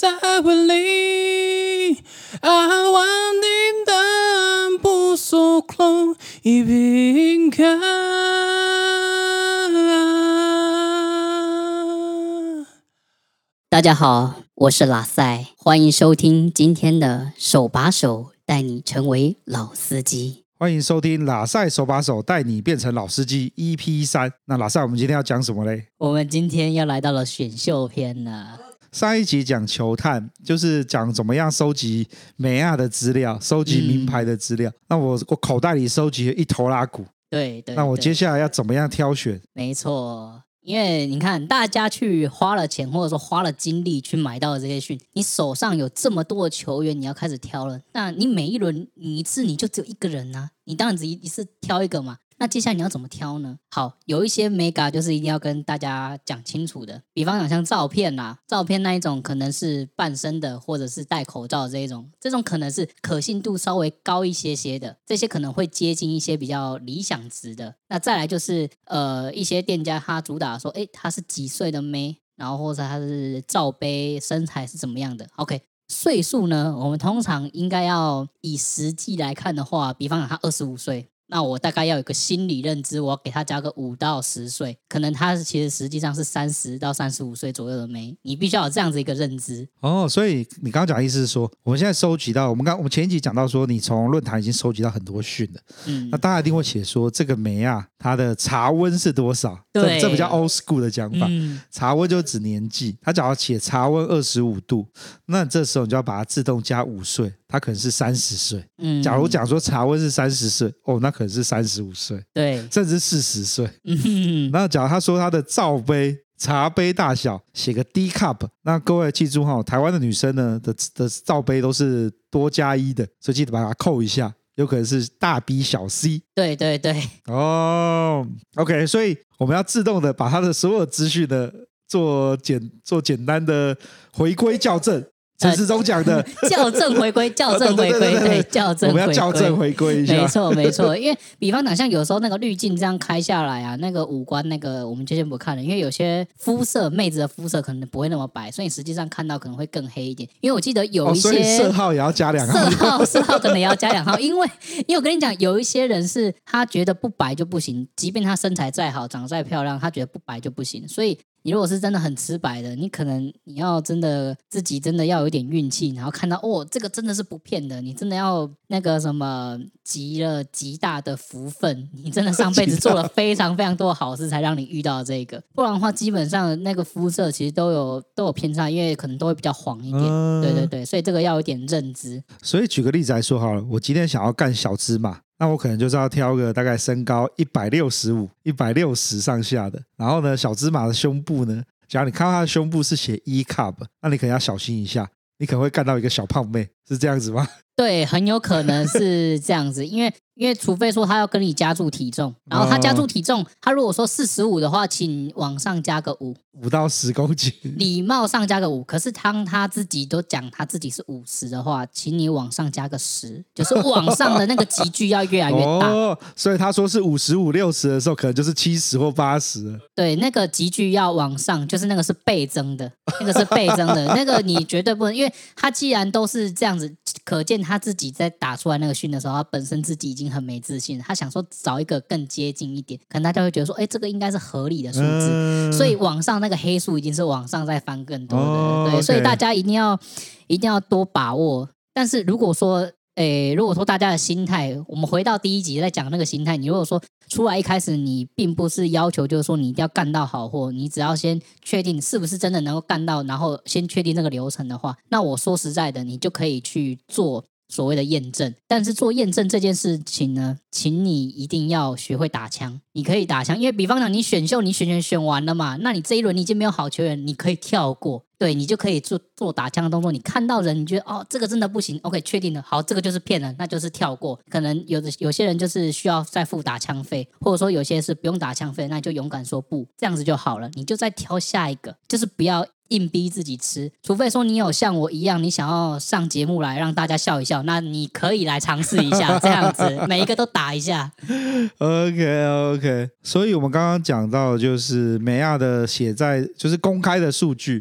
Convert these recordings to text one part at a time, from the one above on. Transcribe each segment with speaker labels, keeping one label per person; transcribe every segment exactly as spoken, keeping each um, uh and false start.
Speaker 1: 撒为你，啊，万定的不所空一平开。
Speaker 2: 大家好，我是拉塞，欢迎收听今天的手把手带你成为老司机。
Speaker 3: 欢迎收听拉塞手把手带你变成老司机 E P 三。那拉塞我们今天要讲什么嘞？
Speaker 2: 我们今天要来到了选秀篇了。
Speaker 3: 上一集讲球探，就是讲怎么样收集美亚的资料，收集名牌的资料、嗯、那我我口袋里收集了一头拉骨。
Speaker 2: 对 对, 对，
Speaker 3: 那我接下来要怎么样挑选？
Speaker 2: 没错，因为你看大家去花了钱或者说花了精力去买到的这些讯，你手上有这么多的球员，你要开始挑了，那你每一轮你一次你就只有一个人啊，你当然只一次挑一个嘛，那接下来你要怎么挑呢？好，有一些 mega 就是一定要跟大家讲清楚的，比方讲像照片啦，照片那一种可能是半身的或者是戴口罩的这一种，这种可能是可信度稍微高一些些的，这些可能会接近一些比较理想值的。那再来就是呃一些店家他主打说，诶他是几岁的妹，然后或者他是罩杯身材是怎么样的。 OK， 岁数呢我们通常应该要以实际来看的话，比方讲他二十五岁，那我大概要有个心理认知，我要给他加个五到十岁，可能他其实实际上是三十到三十五岁左右的妹，你必须要有这样子一个认知。
Speaker 3: 哦，所以你刚刚讲的意思是说，我们现在收集到，我们刚我们前一集讲到说，你从论坛已经收集到很多讯了，嗯，那大家一定会写说这个妹啊，它的茶温是多少？
Speaker 2: 对，
Speaker 3: 这, 这比较 old school 的讲法，
Speaker 2: 嗯、
Speaker 3: 茶温就指年纪，他只要写茶温二十五度，那这时候你就要把它自动加五岁，他可能是三十岁。嗯，假如讲说茶温是三十岁，哦，那可能是三十五岁，对，甚至四十岁。嗯，那假如他说他的罩杯茶杯大小写个 D cup， 那各位记住哈，台湾的女生呢 的, 的罩杯都是多加一的，所以记得把它扣一下，有可能是大 B 小 C。
Speaker 2: 对对对，
Speaker 3: 哦 OK， 所以我们要自动的把它的所有资讯呢做简做简单的回归校正，陈时中讲的、
Speaker 2: 呃、校正回归校正回归对, 对, 对, 对校正回归，
Speaker 3: 我们要校正回归一下，
Speaker 2: 没错没错。因为比方讲像有时候那个滤镜这样开下来啊，那个五官那个我们就先不看了，因为有些肤色妹子的肤色可能不会那么白，所以实际上看到可能会更黑一点。因为我记得有一些、哦、所以
Speaker 3: 色号也要加两号，
Speaker 2: 色号色号可能也要加两号，因为因为我跟你讲，有一些人是他觉得不白就不行，即便他身材再好长得再漂亮，他觉得不白就不行。所以你如果是真的很吃白的，你可能你要真的自己真的要有一点运气，然后看到哦这个真的是不骗的，你真的要那个什么集了极大的福分，你真的上辈子做了非常非常多的好事才让你遇到这个，不然的话基本上那个肤色其实都有都有偏差，因为可能都会比较黄一点、嗯、对对对，所以这个要有点认知。
Speaker 3: 所以举个例子来说好了，我今天想要干小芝麻，那我可能就是要挑个大概身高一百六十五、一百六十上下的，然后呢小芝麻的胸部呢，假如你看到他的胸部是写 E cup， 那你可能要小心一下，你可能会干到一个小胖妹，是这样子吗？
Speaker 2: 对，很有可能是这样子，因为因为除非说他要跟你加注体重，然后他加注体重、哦、他如果说四十五的话，请往上加个五，
Speaker 3: 五到十公斤，
Speaker 2: 礼貌上加个五。可是当他自己都讲他自己是五十的话，请你往上加个十，就是往上的那个级距要越来越大。
Speaker 3: 哦，所以他说是五十五、六十的时候，可能就是七十或八十。
Speaker 2: 对，那个级距要往上，就是那个是倍增的，那个是倍增的，那个你绝对不能，因为他既然都是这样子，可见他自己在打出来那个讯的时候，他本身自己已经很没自信了，他想说找一个更接近一点，可能大家会觉得说，哎，这个应该是合理的数字、嗯、所以往上那个黑数已经是往上再翻更多的、哦、对、okay， 所以大家一定要一定要多把握。但是如果说诶，如果说大家的心态，我们回到第一集在讲那个心态，你如果说出来一开始你并不是要求就是说你一定要干到好货，你只要先确定是不是真的能够干到，然后先确定这个流程的话，那我说实在的，你就可以去做所谓的验证。但是做验证这件事情呢，请你一定要学会打枪。你可以打枪，因为比方讲你选秀你选选选完了嘛，那你这一轮你已经没有好球员，你可以跳过，对，你就可以做做打枪的动作。你看到人你觉得哦这个真的不行 OK 确定了，好这个就是骗人，那就是跳过。可能有的有些人就是需要再付打枪费，或者说有些是不用打枪费，那你就勇敢说不，这样子就好了。你就再挑下一个，就是不要硬逼自己吃，除非说你有像我一样你想要上节目来让大家笑一笑，那你可以来尝试一下这样子每一个都打一下。
Speaker 3: OK OK， 所以我们刚刚讲到就是美亚的写在就是公开的数据、嗯、都要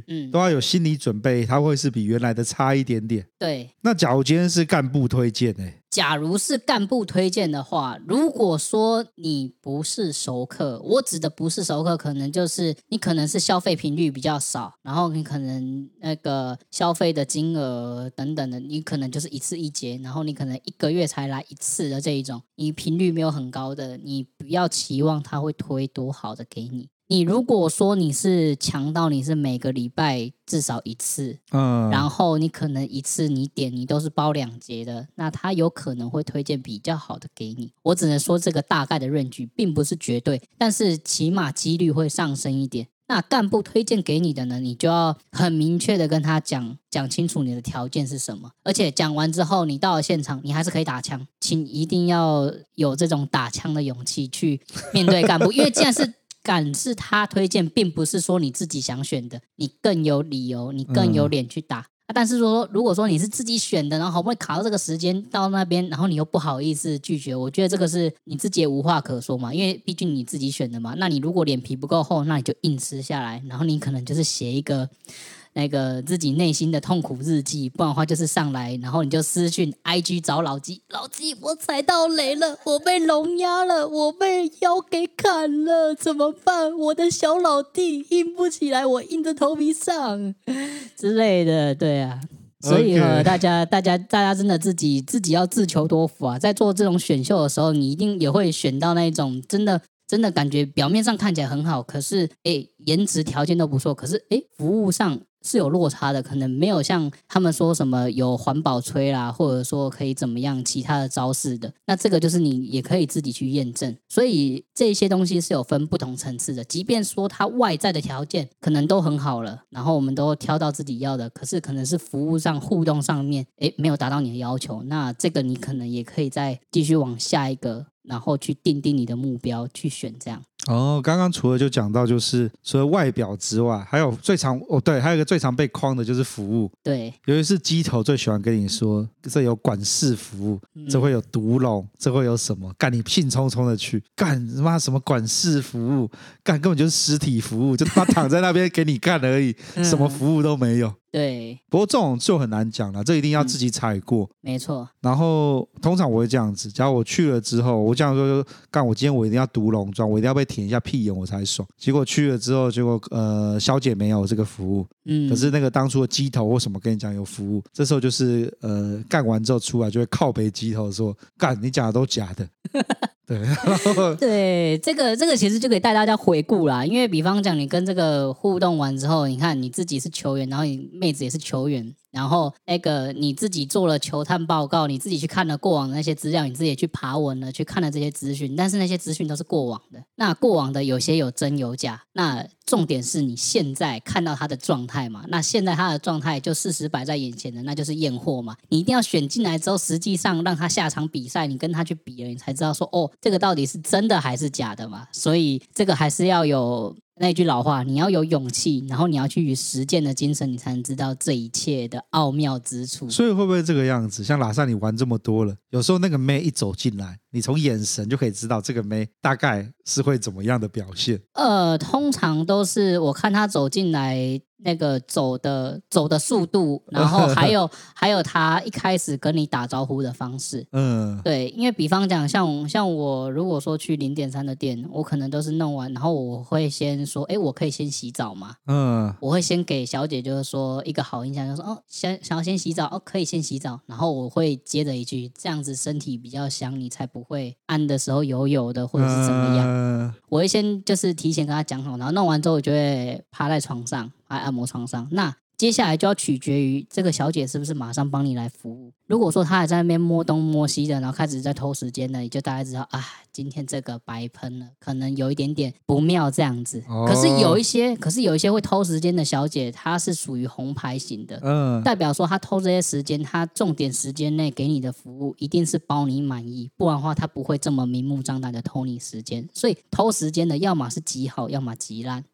Speaker 3: 有心理准备，它会是比原来的差一点点。
Speaker 2: 对，
Speaker 3: 那假如今天是干部推荐呢、欸？
Speaker 2: 假如是干部推荐的话，如果说你不是熟客，我指的不是熟客，可能就是你可能是消费频率比较少，然后你可能那个消费的金额等等的，你可能就是一次一节，然后你可能一个月才来一次的这一种，你频率没有很高的，你不要期望他会推多好的给你。你如果说你是强到你是每个礼拜至少一次，嗯，然后你可能一次你点你都是包两节的，那他有可能会推荐比较好的给你。我只能说这个大概的range并不是绝对，但是起码几率会上升一点。那干部推荐给你的呢，你就要很明确的跟他讲讲清楚你的条件是什么，而且讲完之后你到了现场你还是可以打枪，请一定要有这种打枪的勇气去面对干部，因为既然是敢是他推荐，并不是说你自己想选的，你更有理由，你更有脸去打。嗯啊、但是说，如果说你是自己选的，然后好不容易卡到这个时间到那边，然后你又不好意思拒绝，我觉得这个是你自己也无话可说嘛，因为毕竟你自己选的嘛。那你如果脸皮不够厚，那你就硬吃下来，然后你可能就是写一个那个自己内心的痛苦日记，不然的话就是上来，然后你就私讯 I G 找老鸡，老鸡我踩到雷了，我被龙压了，我被腰给砍了，怎么办？我的小老弟硬不起来，我硬着头皮上之类的，对啊。所以呃，
Speaker 3: Okay.
Speaker 2: 大家大家大家真的自己自己要自求多福啊！在做这种选秀的时候，你一定也会选到那种真的真的感觉表面上看起来很好，可是哎，颜值条件都不错，可是哎，服务上是有落差的，可能没有像他们说什么有环保吹啦，或者说可以怎么样其他的招式的。那这个就是你也可以自己去验证。所以这些东西是有分不同层次的，即便说它外在的条件可能都很好了，然后我们都挑到自己要的，可是可能是服务上互动上面，诶，没有达到你的要求，那这个你可能也可以再继续往下一个，然后去定定你的目标去选这样。
Speaker 3: 哦，刚刚除了就讲到就是除了外表之外，还有最常哦对，还有一个最常被框的就是服务。
Speaker 2: 对，
Speaker 3: 尤其是鸡头最喜欢跟你说，这有管事服务，
Speaker 2: 嗯、
Speaker 3: 这会有毒笼，这会有什么？干你兴冲冲的去干他妈什么管事服务？干根本就是尸体服务，就他妈躺在那边给你干而已，嗯、什么服务都没有。
Speaker 2: 对，
Speaker 3: 不过这种就很难讲了，这一定要自己踩过。
Speaker 2: 嗯、没错。
Speaker 3: 然后通常我会这样子，假如我去了之后，我这样说，干我今天我一定要独笼装，我一定要被舔一下屁眼我才爽。结果去了之后，结果呃小姐没有这个服务，嗯，可是那个当初的鸡头或什么跟你讲有服务，这时候就是呃干完之后出来就会靠北鸡头说，干你讲的都假的。对，
Speaker 2: 对，这个这个其实就可以带大家回顾啦，因为比方讲你跟这个互动完之后，你看你自己是球员，然后你妹子也是球员，然后那个你自己做了球探报告，你自己去看了过往的那些资料，你自己也去爬文了，去看了这些资讯，但是那些资讯都是过往的，那过往的有些有真有假，那重点是你现在看到他的状态嘛，那现在他的状态就事实摆在眼前的，那就是验货嘛，你一定要选进来之后，实际上让他下场比赛，你跟他去比了，你才知道说哦，这个到底是真的还是假的嘛，所以这个还是要有那句老话，你要有勇气，然后你要去实践的精神，你才能知道这一切的奥妙之处。
Speaker 3: 所以会不会这个样子？像拉萨你玩这么多了，有时候那个妹一走进来，你从眼神就可以知道这个妹大概是会怎么样的表现？
Speaker 2: 呃，通常都是我看她走进来那个走的走的速度，然后还有还有她一开始跟你打招呼的方式。嗯，对，因为比方讲，像像我如果说去零点三的店，我可能都是弄完，然后我会先说，哎，我可以先洗澡吗？嗯，我会先给小姐就是说一个好印象，就说哦，想想要先洗澡，哦，可以先洗澡，然后我会接着一句，这样子身体比较香，你才不会按的时候油油的或者是怎么样。嗯，我会先就是提前跟她讲好，然后弄完之后我就会趴在床上。在按摩床上，那接下来就要取决于这个小姐是不是马上帮你来服务。如果说她还在那边摸东摸西的，然后开始在偷时间呢，你就大概知道啊，今天这个白喷了，可能有一点点不妙这样子。哦、可是有一些，可是有一些会偷时间的小姐，她是属于红牌型的，嗯，代表说她偷这些时间，她重点时间内给你的服务一定是包你满意，不然的话她不会这么明目张胆的偷你时间。所以偷时间的，要么是极好，要么极烂。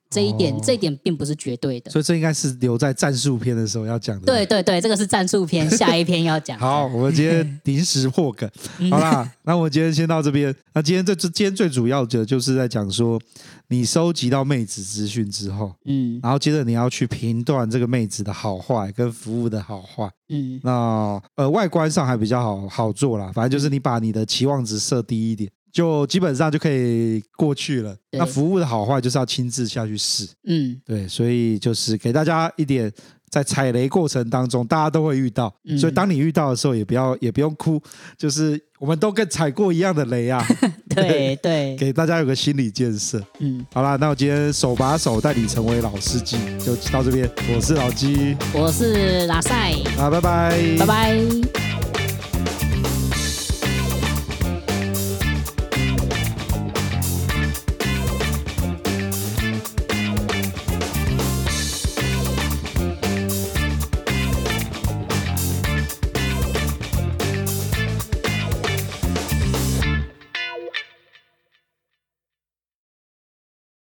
Speaker 2: 这一点、
Speaker 3: 哦、
Speaker 2: 这一点并不是绝对的，
Speaker 3: 所以这应该是留在战术篇的时候要讲的。
Speaker 2: 对对对，这个是战术篇，下一篇要讲。
Speaker 3: 好，我们今天临时破梗，好啦，那我们今天先到这边。那今天最今天最主要的就是在讲说，你收集到妹子资讯之后，嗯，然后接着你要去评断这个妹子的好坏跟服务的好坏，嗯，那呃外观上还比较好好做啦，反正就是你把你的期望值设低一点。就基本上就可以过去了。那服务的好坏就是要亲自下去试，嗯，对，所以就是给大家一点，在踩雷过程当中，大家都会遇到，嗯、所以当你遇到的时候，也不要也不用哭，就是我们都跟踩过一样的雷啊。
Speaker 2: 对对，
Speaker 3: 给大家有个心理建设。嗯，好啦，那我今天手把手带你成为老司机，就到这边。我是老鸡，
Speaker 2: 我是拉塞，
Speaker 3: 好，拜拜，
Speaker 2: 拜拜。